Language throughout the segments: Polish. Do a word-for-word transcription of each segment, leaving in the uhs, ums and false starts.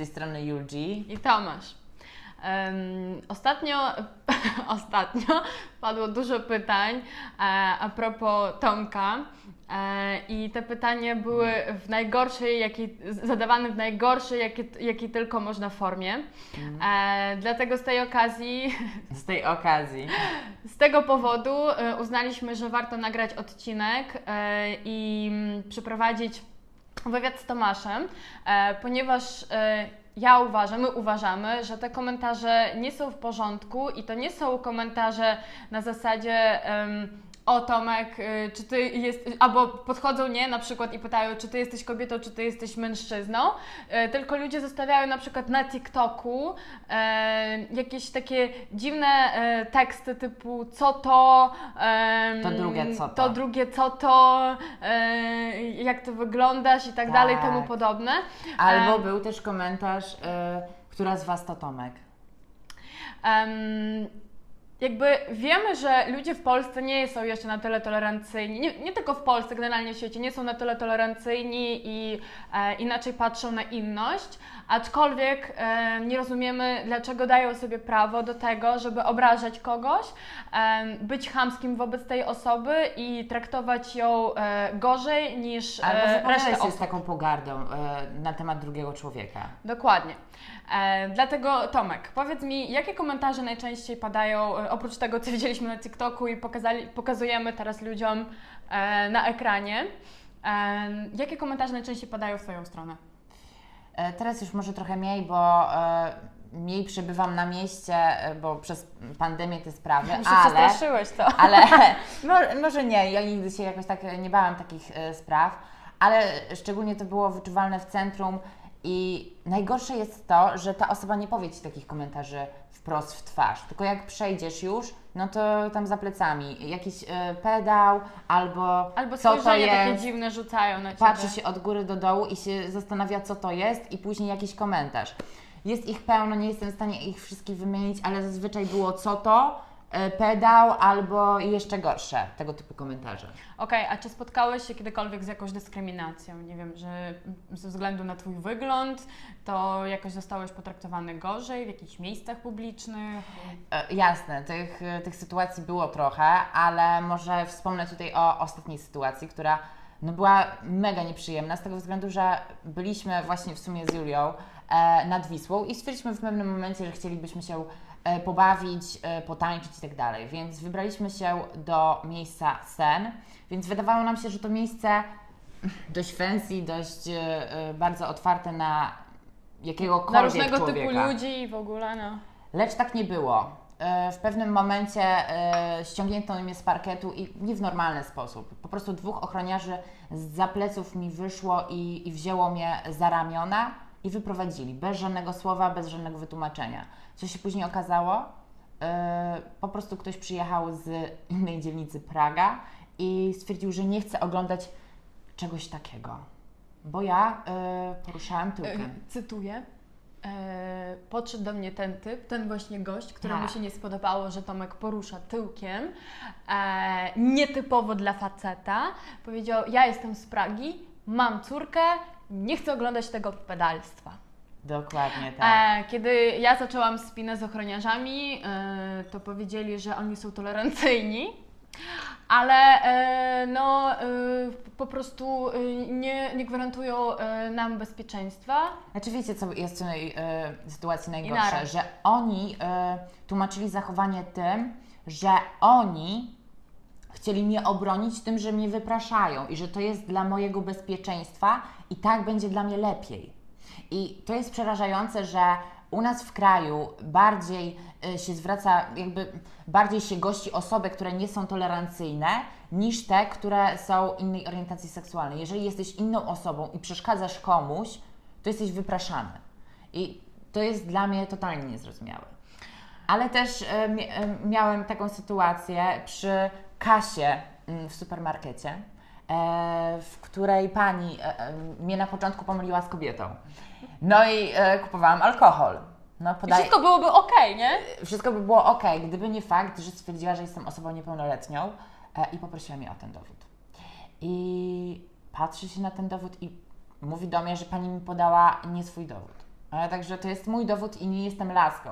tej strony Julgi i Tomasz. Um, ostatnio, ostatnio padło dużo pytań e, a propos Tomka e, i te pytania były w najgorszej, jakiej, zadawane w najgorszej, jakiej, jakiej tylko można formie. E, dlatego z tej okazji, z tej okazji, z tego powodu e, uznaliśmy, że warto nagrać odcinek e, i przeprowadzić wywiad z Tomaszem, e, ponieważ e, ja uważam, my uważamy, że te komentarze nie są w porządku i to nie są komentarze na zasadzie um, o Tomek, y, czy ty jest, albo podchodzą nie na przykład i pytają, czy ty jesteś kobietą, czy ty jesteś mężczyzną, y, tylko ludzie zostawiają na przykład na TikToku y, jakieś takie dziwne y, teksty typu co to, y, to drugie co to, to drugie co to, y, jak ty wyglądasz i tak, tak dalej, temu podobne. Albo um, był też komentarz, y, która z was to Tomek? Um, Jakby wiemy, że ludzie w Polsce nie są jeszcze na tyle tolerancyjni, nie, nie tylko w Polsce, generalnie w świecie, nie są na tyle tolerancyjni i e, inaczej patrzą na inność, aczkolwiek e, nie rozumiemy, dlaczego dają sobie prawo do tego, żeby obrażać kogoś, e, być chamskim wobec tej osoby i traktować ją e, gorzej niż e, resztę osób. się z taką pogardą e, na temat drugiego człowieka. Dokładnie. E, dlatego Tomek, powiedz mi, jakie komentarze najczęściej padają, e, oprócz tego, co widzieliśmy na TikToku i pokazali, pokazujemy teraz ludziom e, na ekranie, e, jakie komentarze najczęściej padają w Twoją stronę? E, teraz już może trochę mniej, bo e, mniej przebywam na mieście, e, bo przez pandemię te sprawy, Już się ale... przestraszyłeś to. Ale może, może nie, ja nigdy się jakoś tak nie bałam takich e, spraw, ale szczególnie to było wyczuwalne w centrum. I najgorsze jest to, że ta osoba nie powie Ci takich komentarzy wprost w twarz, tylko jak przejdziesz już, no to tam za plecami jakiś y, pedał albo, albo co to jest, takie dziwne rzucają na Ciebie. Patrzy się od góry do dołu i się zastanawia, co to jest i później jakiś komentarz. Jest ich pełno, nie jestem w stanie ich wszystkich wymienić, ale zazwyczaj było co to, y, pedał albo jeszcze gorsze tego typu komentarze. Okej, okay, a czy spotkałeś się kiedykolwiek z jakąś dyskryminacją? Nie wiem, że ze względu na Twój wygląd, to jakoś zostałeś potraktowany gorzej w jakichś miejscach publicznych? E, jasne, tych, tych sytuacji było trochę, ale może wspomnę tutaj o ostatniej sytuacji, która no, była mega nieprzyjemna z tego względu, że byliśmy właśnie w sumie z Julią e, nad Wisłą i stwierdziliśmy w pewnym momencie, że chcielibyśmy się e, pobawić, e, potańczyć i tak dalej, więc wybraliśmy się do miejsca Sen, więc wydawało nam się, że to miejsce dość fancy, dość e, bardzo otwarte na jakiegokolwiek na różnego człowieka. typu ludzi i w ogóle, no. Lecz tak nie było. E, w pewnym momencie e, ściągnięto mnie z parketu i nie w normalny sposób. Po prostu dwóch ochroniarzy zza pleców mi wyszło i, i wzięło mnie za ramiona i wyprowadzili. Bez żadnego słowa, bez żadnego wytłumaczenia. Co się później okazało? E, po prostu ktoś przyjechał z innej dzielnicy Praga i stwierdził, że nie chce oglądać czegoś takiego. Bo ja y, poruszałam tyłkiem. E, cytuję. E, podszedł do mnie ten typ, ten właśnie gość, któremu tak. się nie spodobało, że Tomek porusza tyłkiem. E, nietypowo dla faceta. Powiedział, ja jestem z Pragi, mam córkę, nie chcę oglądać tego pedalstwa. Dokładnie tak. E, kiedy ja zaczęłam spinę z ochroniarzami, e, to powiedzieli, że oni są tolerancyjni. Ale e, no, e, po prostu e, nie, nie gwarantują e, nam bezpieczeństwa. Znaczy wiecie, co jest w tej e, sytuacji najgorsze? Że oni e, tłumaczyli zachowanie tym, że oni chcieli mnie obronić tym, że mnie wypraszają i że to jest dla mojego bezpieczeństwa i tak będzie dla mnie lepiej. I to jest przerażające, że u nas w kraju bardziej y, się zwraca, jakby bardziej się gości osoby, które nie są tolerancyjne, niż te, które są innej orientacji seksualnej. Jeżeli jesteś inną osobą i przeszkadzasz komuś, to jesteś wypraszany. I to jest dla mnie totalnie niezrozumiałe. Ale też y, y, miałem taką sytuację przy kasie y, w supermarkecie, y, w której pani y, y, mnie na początku pomyliła z kobietą. No i e, kupowałam alkohol. No, podaj... Wszystko byłoby okej, okay, nie? Wszystko by było okej, okay, gdyby nie fakt, że stwierdziła, że jestem osobą niepełnoletnią e, i poprosiła mnie o ten dowód. I patrzy się na ten dowód i mówi do mnie, że pani mi podała nie swój dowód. Ale także to jest mój dowód i nie jestem laską.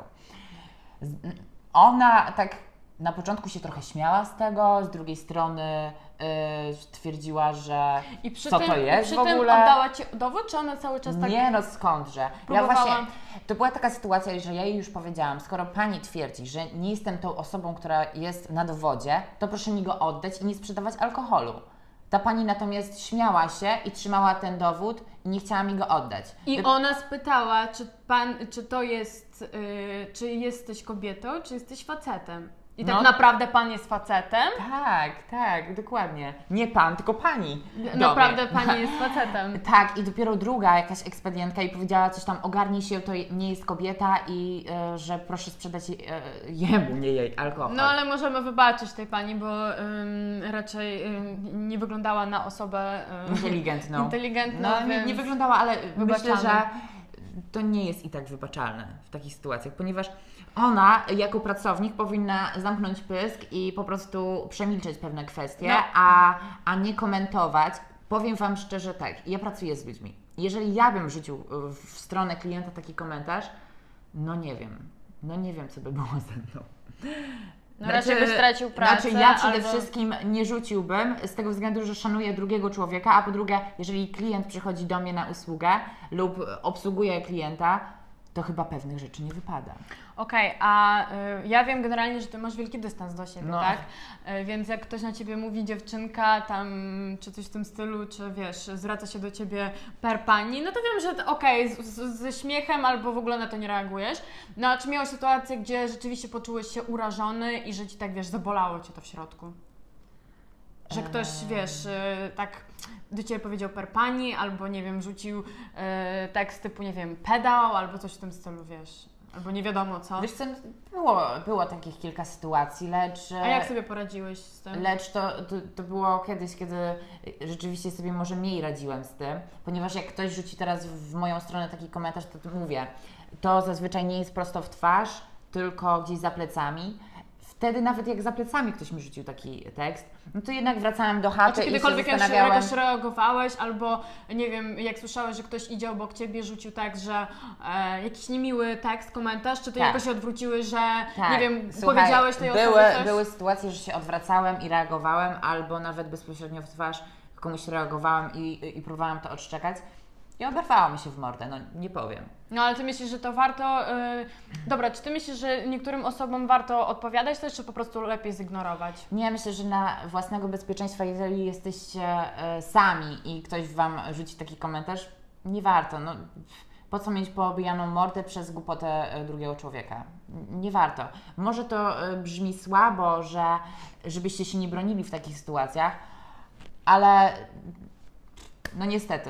Ona tak na początku się trochę śmiała z tego, z drugiej strony yy, twierdziła, że I przy co tym, to jest przy w ogóle. tym oddała Ci dowód, czy ona cały czas tak... Nie, no skądże. próbowała... Ja właśnie, to była taka sytuacja, że ja jej już powiedziałam, skoro Pani twierdzi, że nie jestem tą osobą, która jest na dowodzie, to proszę mi go oddać i nie sprzedawać alkoholu. Ta Pani natomiast śmiała się i trzymała ten dowód i nie chciała mi go oddać. I Wy... ona spytała, czy, pan, czy to jest, yy, czy jesteś kobietą, czy jesteś facetem. I tak no, naprawdę Pan jest facetem? Tak, tak, dokładnie. Nie Pan, tylko Pani. Naprawdę Pani jest facetem. Tak, i dopiero druga jakaś ekspedientka i powiedziała coś tam, ogarnij się, to nie jest kobieta i y, że proszę sprzedać y, jemu, nie jej, alkohol. No ale możemy wybaczyć tej Pani, bo ym, raczej ym, nie wyglądała na osobę ym, inteligentną. inteligentną No, nie, nie wyglądała, ale wybaczamy. myślę, że to nie jest i tak wybaczalne w takich sytuacjach, ponieważ ona jako pracownik powinna zamknąć pysk i po prostu przemilczeć pewne kwestie, no. a, a nie komentować. Powiem Wam szczerze tak, ja pracuję z ludźmi. Jeżeli ja bym rzucił w stronę klienta taki komentarz, no nie wiem, no nie wiem, co by było ze mną. No znaczy, raczej byś stracił pracę. Znaczy ja przede albo... wszystkim nie rzuciłbym z tego względu, że szanuję drugiego człowieka, a po drugie, jeżeli klient przychodzi do mnie na usługę lub obsługuje klienta, to chyba pewnych rzeczy nie wypada. Okej, okay, a y, ja wiem generalnie, że Ty masz wielki dystans do siebie, no. tak? Y, więc jak ktoś na Ciebie mówi dziewczynka tam, czy coś w tym stylu, czy wiesz, zwraca się do Ciebie per pani, no to wiem, że okej, okay, ze śmiechem albo w ogóle na to nie reagujesz. No a czy miałeś sytuację, gdzie rzeczywiście poczułeś się urażony i że Ci tak, wiesz, zabolało Cię to w środku? Że ktoś, wiesz, tak do Ciebie powiedział per pani, albo nie wiem, rzucił tekst typu, nie wiem, pedał, albo coś w tym stylu, wiesz, albo nie wiadomo co. Wiesz co, było, było takich kilka sytuacji, lecz... A jak sobie poradziłeś z tym? Lecz to, to, to było kiedyś, kiedy rzeczywiście sobie może mniej radziłem z tym, ponieważ jak ktoś rzuci teraz w moją stronę taki komentarz, to, to mówię, to zazwyczaj nie jest prosto w twarz, tylko gdzieś za plecami. Wtedy nawet jak za plecami ktoś mi rzucił taki tekst, no to jednak wracałam do chaty i się kiedykolwiek zastanawiałam... jakoś reagowałeś, albo nie wiem, jak słyszałeś, że ktoś idzie obok Ciebie, rzucił tekst, że e, jakiś niemiły tekst, komentarz, czy Ty tak. jakoś odwróciłeś, że tak. nie wiem, Słuchaj, powiedziałeś tej były, osobie coś? Były sytuacje, że się odwracałem i reagowałem, albo nawet bezpośrednio w twarz komuś reagowałam i, i, i próbowałam to odszczekać. I oberwała mi się w mordę, no nie powiem. No ale Ty myślisz, że to warto... Yy... Dobra, czy Ty myślisz, że niektórym osobom warto odpowiadać też, czy po prostu lepiej zignorować? Nie, myślę, że na własnego bezpieczeństwa, jeżeli jesteście y, sami i ktoś Wam rzuci taki komentarz, nie warto. No, po co mieć poobijaną mordę przez głupotę y, drugiego człowieka? Nie warto. Może to y, brzmi słabo, że żebyście się nie bronili w takich sytuacjach, ale no niestety.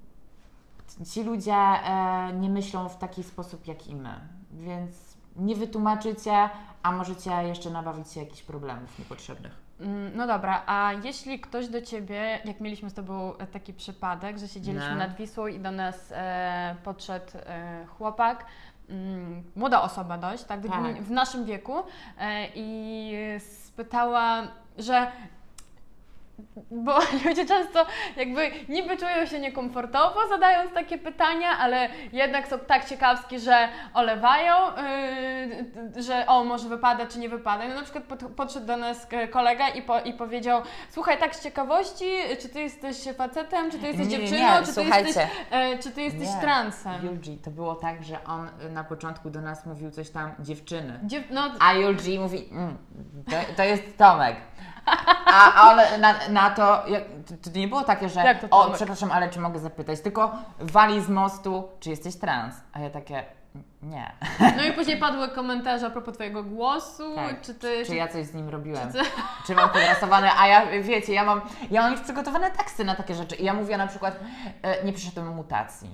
Ci ludzie e, nie myślą w taki sposób jak i my, więc nie wytłumaczycie, a możecie jeszcze nabawić się jakichś problemów niepotrzebnych. No dobra, a jeśli ktoś do Ciebie, jak mieliśmy z Tobą taki przypadek, że siedzieliśmy no. nad Wisłą i do nas e, podszedł e, chłopak, m, młoda osoba dość, tak, tak. w naszym wieku e, i spytała, że bo ludzie często jakby niby czują się niekomfortowo zadając takie pytania, ale jednak są tak ciekawski, że olewają, yy, że o, może wypada czy nie wypada. No na przykład pod, podszedł do nas kolega i, po, i powiedział, słuchaj, tak z ciekawości, czy Ty jesteś facetem, czy Ty jesteś nie, dziewczyną, nie, czy, ty słuchajcie. jesteś, e, czy Ty jesteś nie. transem. Julgi, to było tak, że on na początku do nas mówił coś tam dziewczyny, Dziew no, a Julgi mówi, mm, to, to jest Tomek. A, a on na, na to, jak, to, to nie było takie, że Jak to, o, Tomek? przepraszam, ale czy mogę zapytać, tylko wali z mostu, czy jesteś trans? A ja takie, nie. No i później padły komentarze a propos Twojego głosu, Tak. czy Ty... Czy ja coś z nim robiłem? Czy, czy mam podrasowane? A ja, wiecie, ja mam, ja mam już przygotowane teksty na takie rzeczy. I ja mówię na przykład, e, nie przyszedłem mutacji.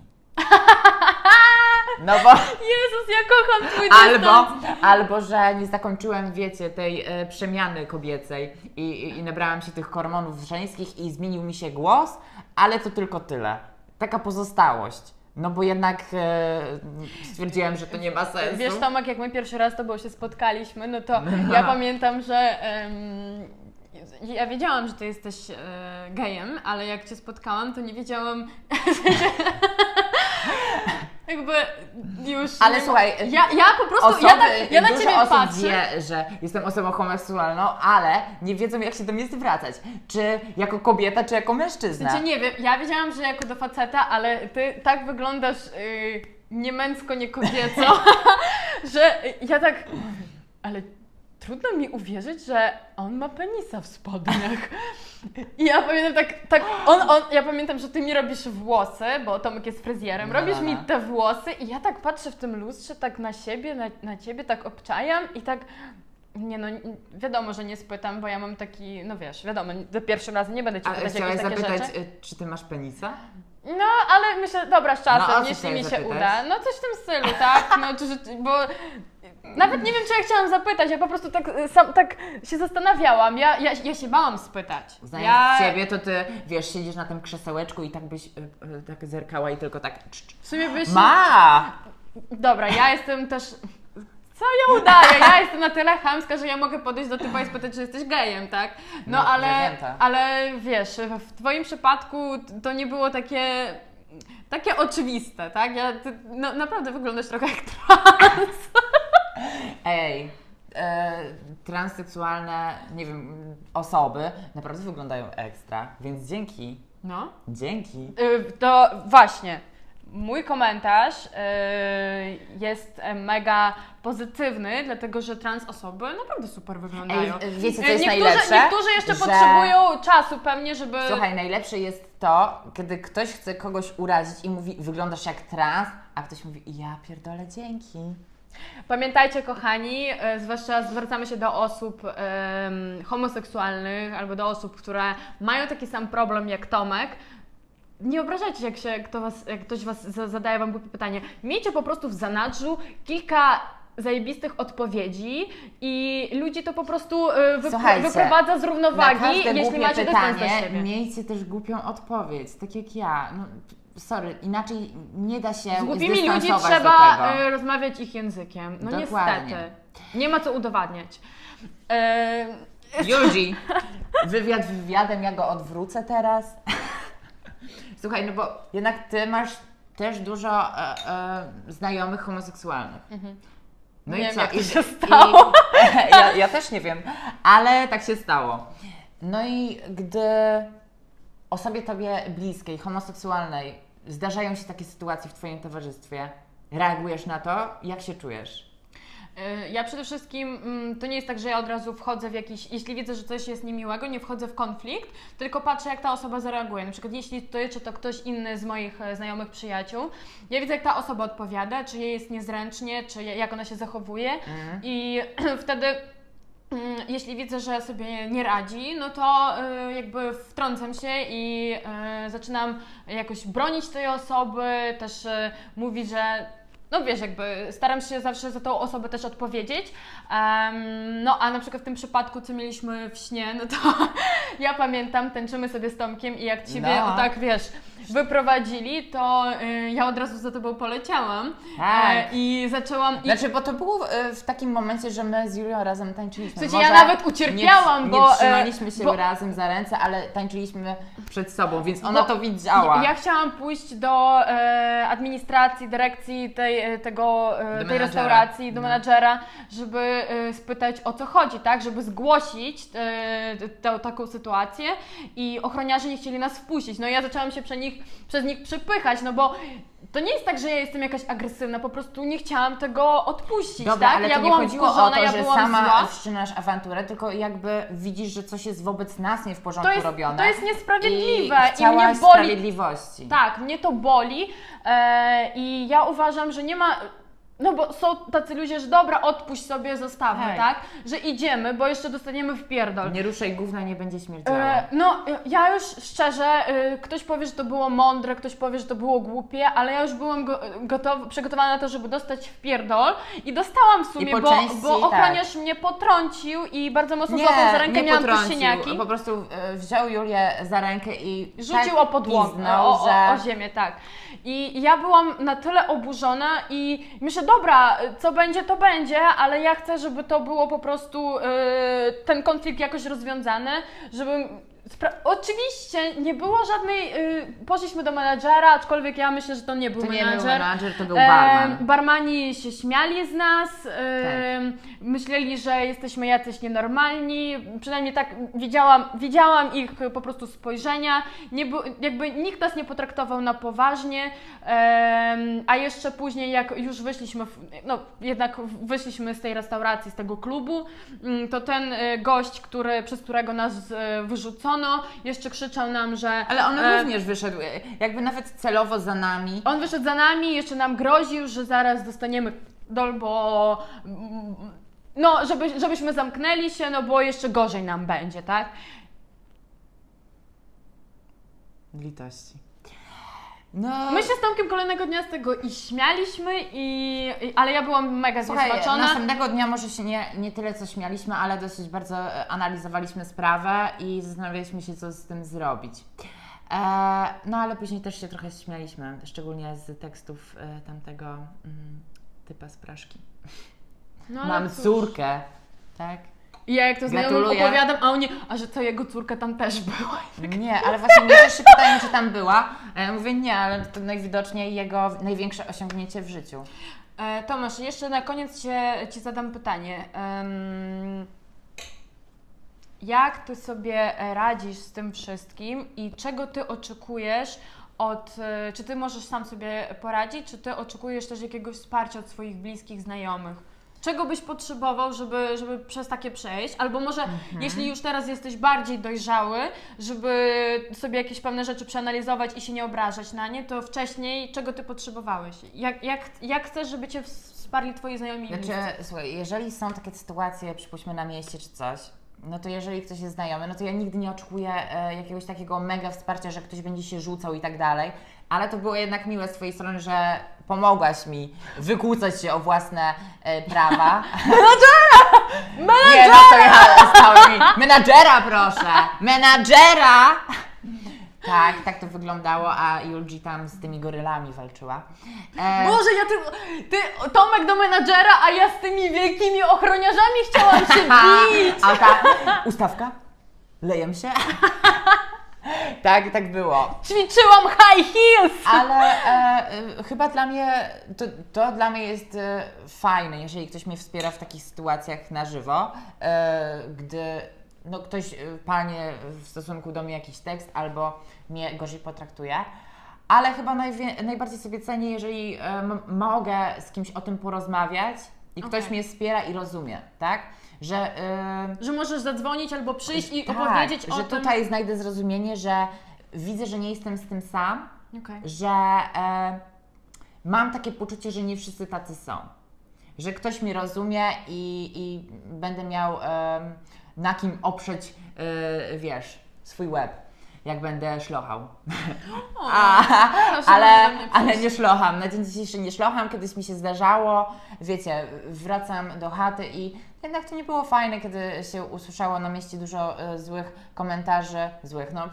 No bo... Jezus, ja kocham Twój dystans. Albo, albo, że nie zakończyłem, wiecie, tej e, przemiany kobiecej i, i, i nabrałam się tych hormonów żeńskich i zmienił mi się głos, ale to tylko tyle. Taka pozostałość. No bo jednak e, stwierdziłem, że to nie ma sensu. Wiesz, Tomek, jak my pierwszy raz z Tobą się spotkaliśmy, no to no. ja pamiętam, że em, ja wiedziałam, że Ty jesteś e, gejem, ale jak Cię spotkałam, to nie wiedziałam... jakby już... Ale słuchaj, ja, ja po prostu, osoby, ja, tak, ja na dużo Ciebie osób patrzę. wie, że jestem osobą homoseksualną, ale nie wiedzą, jak się do mnie zwracać. Czy jako kobieta, czy jako mężczyzna. Znaczy, nie wiem, ja wiedziałam, że jako do faceta, ale Ty tak wyglądasz yy, nie męsko, nie kobieco, że ja tak... Ale trudno mi uwierzyć, że on ma penisa w spodniach. I ja pamiętam tak, tak on, on, ja pamiętam, że Ty mi robisz włosy, bo Tomek jest fryzjerem, No, robisz no, mi no. te włosy i ja tak patrzę w tym lustrze, tak na siebie, na, na Ciebie, tak obczajam i tak... Nie no, wiadomo, że nie spytam, bo ja mam taki, no wiesz, wiadomo, za pierwszym razem nie będę Cię A pytać chciałaś jakieś takie zapytać, rzeczy. y, czy ty masz penisa? No, ale myślę, dobra, z czasem, No, o co jeśli chciałeś mi się zapytać? uda. No coś w tym stylu, tak? No, czy, czy, bo nawet nie wiem, czy ja chciałam zapytać, ja po prostu tak, y, sam, tak się zastanawiałam. Ja, ja, ja się bałam spytać. Znając ja, Ciebie, to Ty, wiesz, siedzisz na tym krzesełeczku i tak byś y, y, tak zerkała i tylko tak... Cz, cz. W sumie byś... Ma! Dobra, ja jestem też... Co ja udaję? Ja jestem na tyle chamska, że ja mogę podejść do typa i spytać, czy jesteś gejem, tak? No, No, ale, wzięta. ale wiesz, w Twoim przypadku to nie było takie... Takie oczywiste, tak? Ja, ty, no, naprawdę wyglądasz trochę jak trans. Ej, e, transseksualne, nie wiem, osoby naprawdę wyglądają ekstra, więc dzięki. No. Dzięki. Y, to właśnie, mój komentarz y, jest e, mega pozytywny, dlatego że trans osoby naprawdę super wyglądają. Ej, wiecie, co Y, jest niektórzy, najlepsze? Niektórzy jeszcze Że- potrzebują czasu pewnie, żeby... Słuchaj, najlepsze jest to, kiedy ktoś chce kogoś urazić i mówi, wyglądasz jak trans, a ktoś mówi, ja pierdolę, dzięki. Pamiętajcie, kochani, e, zwłaszcza zwracamy się do osób em, homoseksualnych albo do osób, które mają taki sam problem jak Tomek. Nie obrażajcie się, jak, się, kto was, jak ktoś was za- zadaje wam głupie pytanie. Miejcie po prostu w zanadrzu kilka zajebistych odpowiedzi i ludzi to po prostu e, wyp- Słuchajcie, wyprowadza z Na równowagi, każde jeśli głupie macie dystans do pytanie siebie. miejcie też głupią odpowiedź, tak jak ja. No, sorry, inaczej nie da się Z głupimi ludzi zdystansować trzeba do tego. e, rozmawiać ich językiem. No Dokładnie. niestety. Nie ma co udowadniać. E, Yuji, wywiad wywiadem, ja go odwrócę teraz. Słuchaj, no bo jednak Ty masz też dużo e, e, znajomych homoseksualnych. No Nie i wiem, co? jak to I, się stało. I, ja, ja też nie wiem, ale tak się stało. No i gdy osobie Tobie bliskiej, homoseksualnej zdarzają się takie sytuacje w Twoim towarzystwie, reagujesz na to? Jak się czujesz? Y, Ja przede wszystkim, mm, to nie jest tak, że ja od razu wchodzę w jakiś, jeśli widzę, że coś jest niemiłego, nie wchodzę w konflikt, tylko patrzę, jak ta osoba zareaguje. Na przykład jeśli to czy to ktoś inny z moich e, znajomych przyjaciół, ja widzę, jak ta osoba odpowiada, czy jej jest niezręcznie, czy je- jak ona się zachowuje Mhm. i wtedy mm, jeśli widzę, że sobie nie radzi, no to y, jakby wtrącam się i y, zaczynam jakoś bronić tej osoby, też y, mówić, że no wiesz, jakby staram się zawsze za tą osobę też odpowiedzieć. Em, no a na przykład w tym przypadku, co mieliśmy w śnie, no to ja pamiętam, tańczymy sobie z Tomkiem i jak Ciebie No. o tak, wiesz, wyprowadzili, to y, ja od razu za Tobą poleciałam Tak. e, i zaczęłam... I Znaczy, bo to było e, w takim momencie, że my z Julią razem tańczyliśmy. Słuchajcie, Może ja nawet ucierpiałam, nie, bo, Nie e, trzymaliśmy się bo- razem za ręce, ale tańczyliśmy przed sobą, więc ona Bo to widziała. Ja chciałam pójść do e, administracji, dyrekcji tej, e, tego, e, Do tej menadżera. restauracji, do No. menadżera, żeby e, spytać, o co chodzi, tak? Żeby zgłosić e, tę taką sytuację i ochroniarze nie chcieli nas wpuścić. No i ja zaczęłam się przez nich, przez nich przypychać, no bo to nie jest tak, że ja jestem jakaś agresywna, po prostu nie chciałam tego odpuścić, Dobra, tak? ale ja to nie byłam chodziło wkurzona, o to, ja że byłam sama zła. wszczynasz awanturę, tylko jakby widzisz, że coś jest wobec nas nie w porządku To jest, robione. to jest niesprawiedliwe i, i, chciałaś mnie boli. sprawiedliwości. Tak, mnie to boli e, i ja uważam, że nie ma. No bo są tacy ludzie, że dobra, odpuść sobie, zostawmy, Hej. tak? Że idziemy, bo jeszcze dostaniemy w pierdol. Nie ruszaj gówna, nie będzie śmierdziało. E, no, ja już szczerze, e, ktoś powie, że to było mądre, ktoś powie, że to było głupie, ale ja już byłam go, gotowa, przygotowana na to, żeby dostać w pierdol i dostałam w sumie, po bo, części bo tak. ochroniarz mnie potrącił i bardzo mocno nie, złapał za rękę, nie miałam tu potrącił. siniaki. Po prostu e, wziął Julię za rękę i Rzucił tak o podłogę, piznął, o, o, że... o ziemię, tak. I ja byłam na tyle oburzona i myślę, dobra, co będzie, to będzie, ale ja chcę, żeby to było po prostu yy, ten konflikt jakoś rozwiązany, żebym Spra- oczywiście nie było żadnej, y, poszliśmy do menadżera, aczkolwiek ja myślę, że to nie był To nie menadżer. był menadżer, to był barman. E, barmani się śmiali z nas, e, Tak. myśleli, że jesteśmy jacyś nienormalni, przynajmniej tak widziałam, widziałam ich po prostu spojrzenia, nie bu- jakby nikt nas nie potraktował na poważnie, e, a jeszcze później jak już wyszliśmy, w, no jednak wyszliśmy z tej restauracji, z tego klubu, to ten e, gość, który, przez którego nas e, wyrzucono, jeszcze krzyczał nam, że... Ale on e, również wyszedł, jakby nawet celowo za nami. On wyszedł za nami, jeszcze nam groził, że zaraz dostaniemy dol, bo... No, żeby, żebyśmy zamknęli się, no bo jeszcze gorzej nam będzie, tak? Litości. No. My się z Tomkiem kolejnego dnia z tego i śmialiśmy, i, i, ale ja byłam mega Słuchaj, zniesmaczona. następnego dnia może się nie, nie tyle co śmialiśmy, ale dosyć bardzo e, analizowaliśmy sprawę i zastanawialiśmy się, co z tym zrobić. E, no ale później też się trochę śmialiśmy, szczególnie z tekstów e, tamtego mm, typa z Praszki. No, ale Mam cóż. córkę, tak? I ja jak to znajomym Gratuluję. opowiadam, a oni, a że to jego córka tam też była. Nie, ale właśnie mnie też się pytają, czy tam była. A ja mówię nie, ale to najwidoczniej jego największe osiągnięcie w życiu. E, Tomasz, jeszcze na koniec cię, Ci zadam pytanie. Um, jak Ty sobie radzisz z tym wszystkim i czego Ty oczekujesz od... e, Czy Ty możesz sam sobie poradzić, czy Ty oczekujesz też jakiegoś wsparcia od swoich bliskich, znajomych? Czego byś potrzebował, żeby, żeby przez takie przejść? Albo może, Mhm. jeśli już teraz jesteś bardziej dojrzały, żeby sobie jakieś pewne rzeczy przeanalizować i się nie obrażać na nie, to wcześniej czego Ty potrzebowałeś? Jak, jak, jak chcesz, żeby Cię wsparli Twoi znajomi i bliscy? Znaczy, słuchaj, jeżeli są takie sytuacje, przypuśćmy na mieście czy coś, no to jeżeli ktoś jest znajomy, no to ja nigdy nie oczekuję e, jakiegoś takiego mega wsparcia, że ktoś będzie się rzucał i tak dalej, ale to było jednak miłe z Twojej strony, że pomogłaś mi wykłócać się o własne e, prawa. Menadżera! Nie, no to ja stałem mi, menadżera proszę, menadżera! Tak, tak to wyglądało, a Julgi tam z tymi gorylami walczyła. E, Boże, ja ty, ty, Tomek do menadżera, a ja z tymi wielkimi ochroniarzami chciałam się bić! A ta ustawka? Lejem się? Tak, tak było. Ćwiczyłam high heels! Ale e, e, chyba dla mnie, to, to dla mnie jest e, fajne, jeżeli ktoś mnie wspiera w takich sytuacjach na żywo, e, gdy no, ktoś e, palnie w stosunku do mnie jakiś tekst albo mnie gorzej potraktuje. Ale chyba najwie, najbardziej sobie cenię, jeżeli e, m- mogę z kimś o tym porozmawiać i ktoś Okej. mnie wspiera i rozumie, tak? Że e, Że możesz zadzwonić albo przyjść i tak, opowiedzieć o że tym. tutaj znajdę zrozumienie, że widzę, że nie jestem z tym sam, Okej. że e, mam takie poczucie, że nie wszyscy tacy są. Że ktoś mnie rozumie i, i będę miał e, na kim oprzeć, e, wiesz, swój łeb, jak będę szlochał. O, A, proszę ale, bardzo do mnie ale przyjść. nie szlocham. Na dzień dzisiejszy nie szlocham, kiedyś mi się zdarzało. Wiecie, wracam do chaty i jednak to nie było fajne, kiedy się usłyszało na mieście dużo e, złych komentarzy. Złych, no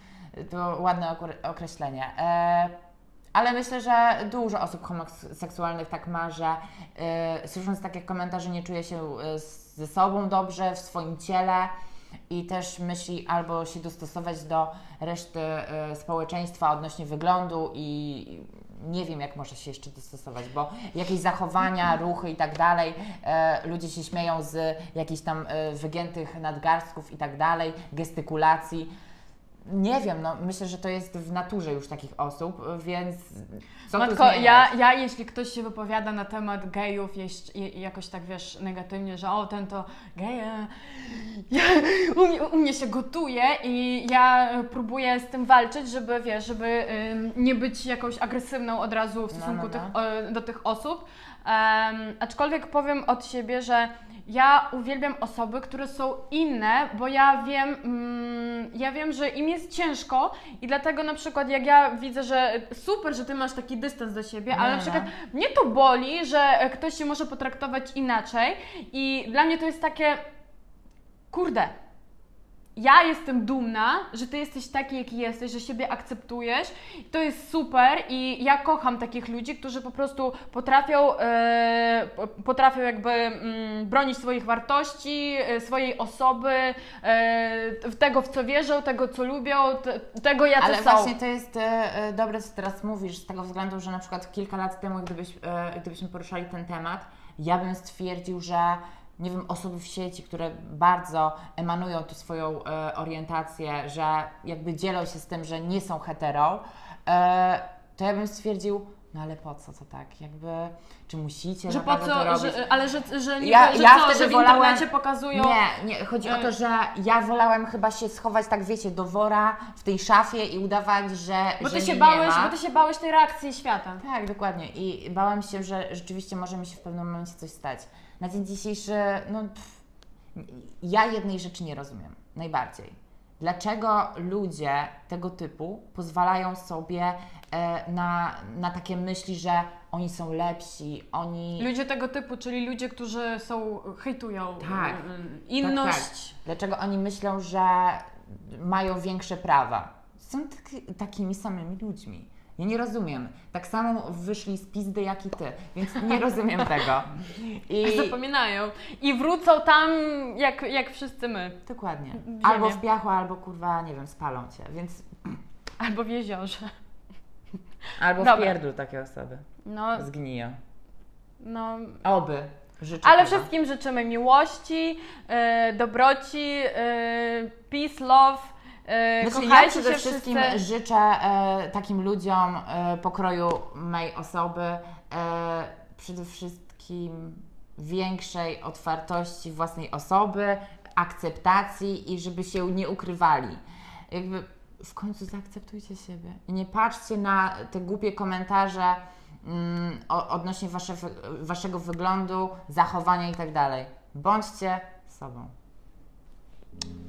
to ładne okre- określenie. E, ale myślę, że dużo osób homoseksualnych tak ma, że e, słysząc takie komentarze nie czuje się e, ze sobą dobrze, w swoim ciele i też myśli albo się dostosować do reszty e, społeczeństwa odnośnie wyglądu i nie wiem, jak może się jeszcze dostosować, bo jakieś zachowania, ruchy i tak dalej, e, ludzie się śmieją z jakichś tam e, wygiętych nadgarstków i tak dalej, gestykulacji. Nie wiem, no myślę, że to jest w naturze już takich osób, więc co tu Matko, zmieniać? ja, ja jeśli ktoś się wypowiada na temat gejów jeś- i- i jakoś tak, wiesz, negatywnie, że o, ten to geje, ja, u, mnie, u mnie się gotuje i ja próbuję z tym walczyć, żeby, wiesz, żeby ym, nie być jakąś agresywną od razu w No, stosunku no, Tych, no. o, do tych osób. Um, aczkolwiek powiem od siebie, że ja uwielbiam osoby, które są inne, bo ja wiem, mm, ja wiem, że im jest ciężko i dlatego na przykład jak ja widzę, że super, że Ty masz taki dystans do siebie, ale No, na przykład no. mnie to boli, że ktoś się może potraktować inaczej i dla mnie to jest takie, kurde, ja jestem dumna, że ty jesteś taki, jaki jesteś, że siebie akceptujesz. To jest super i ja kocham takich ludzi, którzy po prostu potrafią, e, potrafią jakby mm, bronić swoich wartości, e, swojej osoby, e, tego, w co wierzą, tego, co lubią, te, tego, jacy Ale są. właśnie to jest e, dobre, co teraz mówisz, z tego względu, że na przykład kilka lat temu, gdybyś, e, gdybyśmy poruszali ten temat, ja bym stwierdził, że nie wiem, osoby w sieci, które bardzo emanują tu swoją e, orientację, że jakby dzielą się z tym, że nie są hetero, e, to ja bym stwierdził, no ale po co to tak? Jakby, czy musicie Że po naprawdę to co, robić? że, ale że, że nie Ja- że ja co, wtedy że w wolałam- internecie pokazują. Nie, nie, chodzi o to, że ja wolałam chyba się schować, tak wiecie, do wora w tej szafie i udawać, że, Bo że ty się mnie bałeś, nie ma. bo ty się bałeś tej reakcji świata. Tak, dokładnie. I bałam się, że rzeczywiście może mi się w pewnym momencie coś stać. Na dzień dzisiejszy, no pff, ja jednej rzeczy nie rozumiem, najbardziej. Dlaczego ludzie tego typu pozwalają sobie e, na, na takie myśli, że oni są lepsi, oni... Ludzie tego typu, czyli ludzie, którzy są, hejtują Tak, y, inność. Tak, tak. Dlaczego oni myślą, że mają większe prawa? Są tak, takimi samymi ludźmi. Ja nie rozumiem. Tak samo wyszli z pizdy jak i ty, więc nie rozumiem tego. I... Zapominają. I wrócą tam jak, jak wszyscy my. Dokładnie. Ziemię. Albo w piachu, albo kurwa, nie wiem, spalą cię, więc... Albo w jeziorze. Albo w Dobra. pierdlu takie osoby. No, Zgniją. no. Oby. Życzę Ale tego. wszystkim życzymy miłości, y, dobroci, y, peace, love. y, Znaczy, ja Kochajcie przede się wszystkim wszyscy. życzę e, takim ludziom e, pokroju mej osoby e, przede wszystkim większej otwartości własnej osoby, akceptacji i żeby się nie ukrywali. Jakby w końcu zaakceptujcie siebie. I nie patrzcie na te głupie komentarze mm, o- odnośnie wasze, waszego wyglądu, zachowania i tak dalej. Bądźcie sobą.